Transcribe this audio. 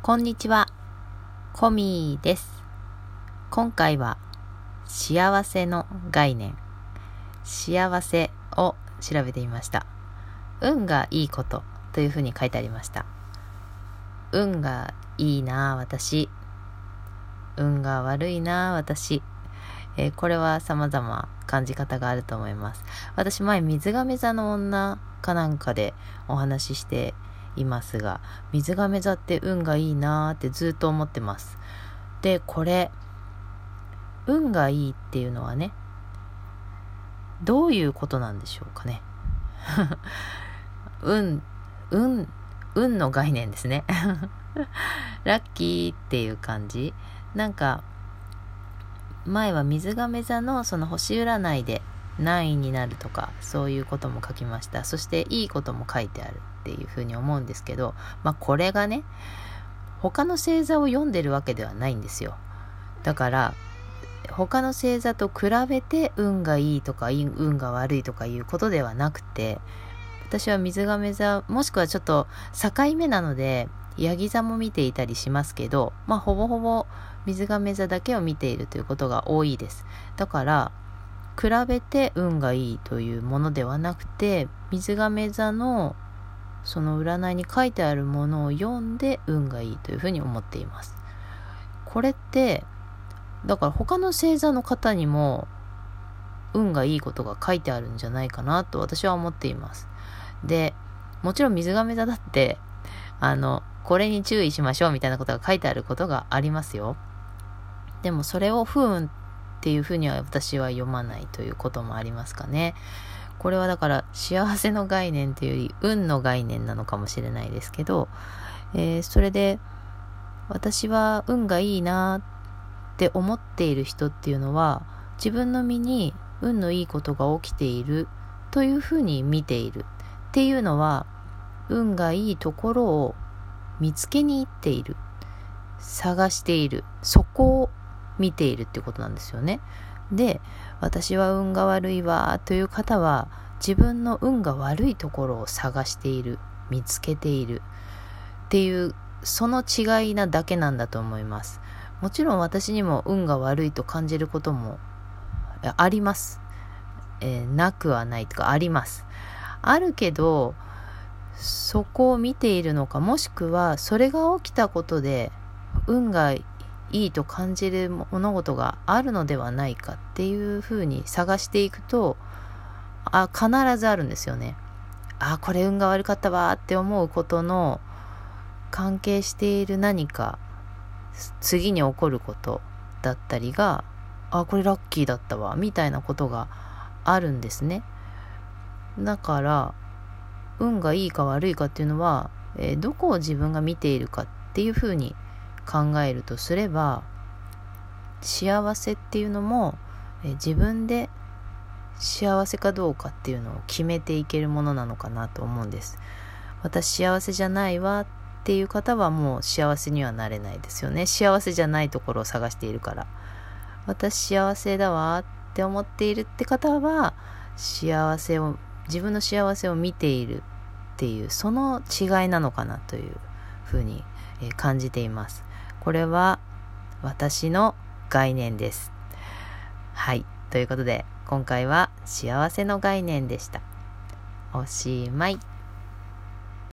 こんにちは、コミです。今回は幸せの概念、幸せを調べてみました。運がいいことというふうに書いてありました。運がいいな私、運が悪いな私、これは様々感じ方があると思います。私前水亀座の女かなんかでお話ししていますが、水亀座って運がいいなーってずっと思ってます。で、これ運がいいっていうのはね、どういうことなんでしょうかね。運の概念ですね。ラッキーっていう感じ。なんか前は水亀座のその星占いで何位になるとかそういうことも書きました。そしていいことも書いてあるっていうふうに思うんですけど、これがね、他の星座を読んでるわけではないんですよ。だから他の星座と比べて運がいいとか運が悪いとかいうことではなくて、私は水亀座もしくはちょっと境目なのでヤギ座も見ていたりしますけど、ほぼほぼ水亀座だけを見ているということが多いです。だから比べて運がいいというものではなくて、水亀座のその占いに書いてあるものを読んで運がいいというふうに思っています。これってだから他の星座の方にも運がいいことが書いてあるんじゃないかなと私は思っています。で、もちろん水亀座だってこれに注意しましょうみたいなことが書いてあることがありますよ。でもそれを不運っていうふうには私は読まないということもありますかね。これはだから幸せの概念というより運の概念なのかもしれないですけど、それで私は運がいいなって思っている人っていうのは自分の身に運のいいことが起きているというふうに見ているっていうのは、運がいいところを見つけに行っている、探している、そこを見ているってことなんですよね。で、私は運が悪いわという方は自分の運が悪いところを探している、見つけているっていうその違いなだけなんだと思います。もちろん私にも運が悪いと感じることもあります。なくはないとかあります。あるけどそこを見ているのか、もしくはそれが起きたことで運がいいと感じる物事があるのではないかっていうふうに探していくと、必ずあるんですよね。これ運が悪かったわって思うことの関係している何か次に起こることだったりが、これラッキーだったわみたいなことがあるんですね。だから運がいいか悪いかっていうのは、どこを自分が見ているかっていうふうに考えるとすれば、幸せっていうのも、自分で幸せかどうかっていうのを決めていけるものなのかなと思うんです。私幸せじゃないわっていう方はもう幸せにはなれないですよね。幸せじゃないところを探しているから。私幸せだわって思っているって方は自分の幸せを見ているっていうその違いなのかなというふうに感じています。これは私の概念です。はい、ということで今回は幸せの概念でした。おしまい。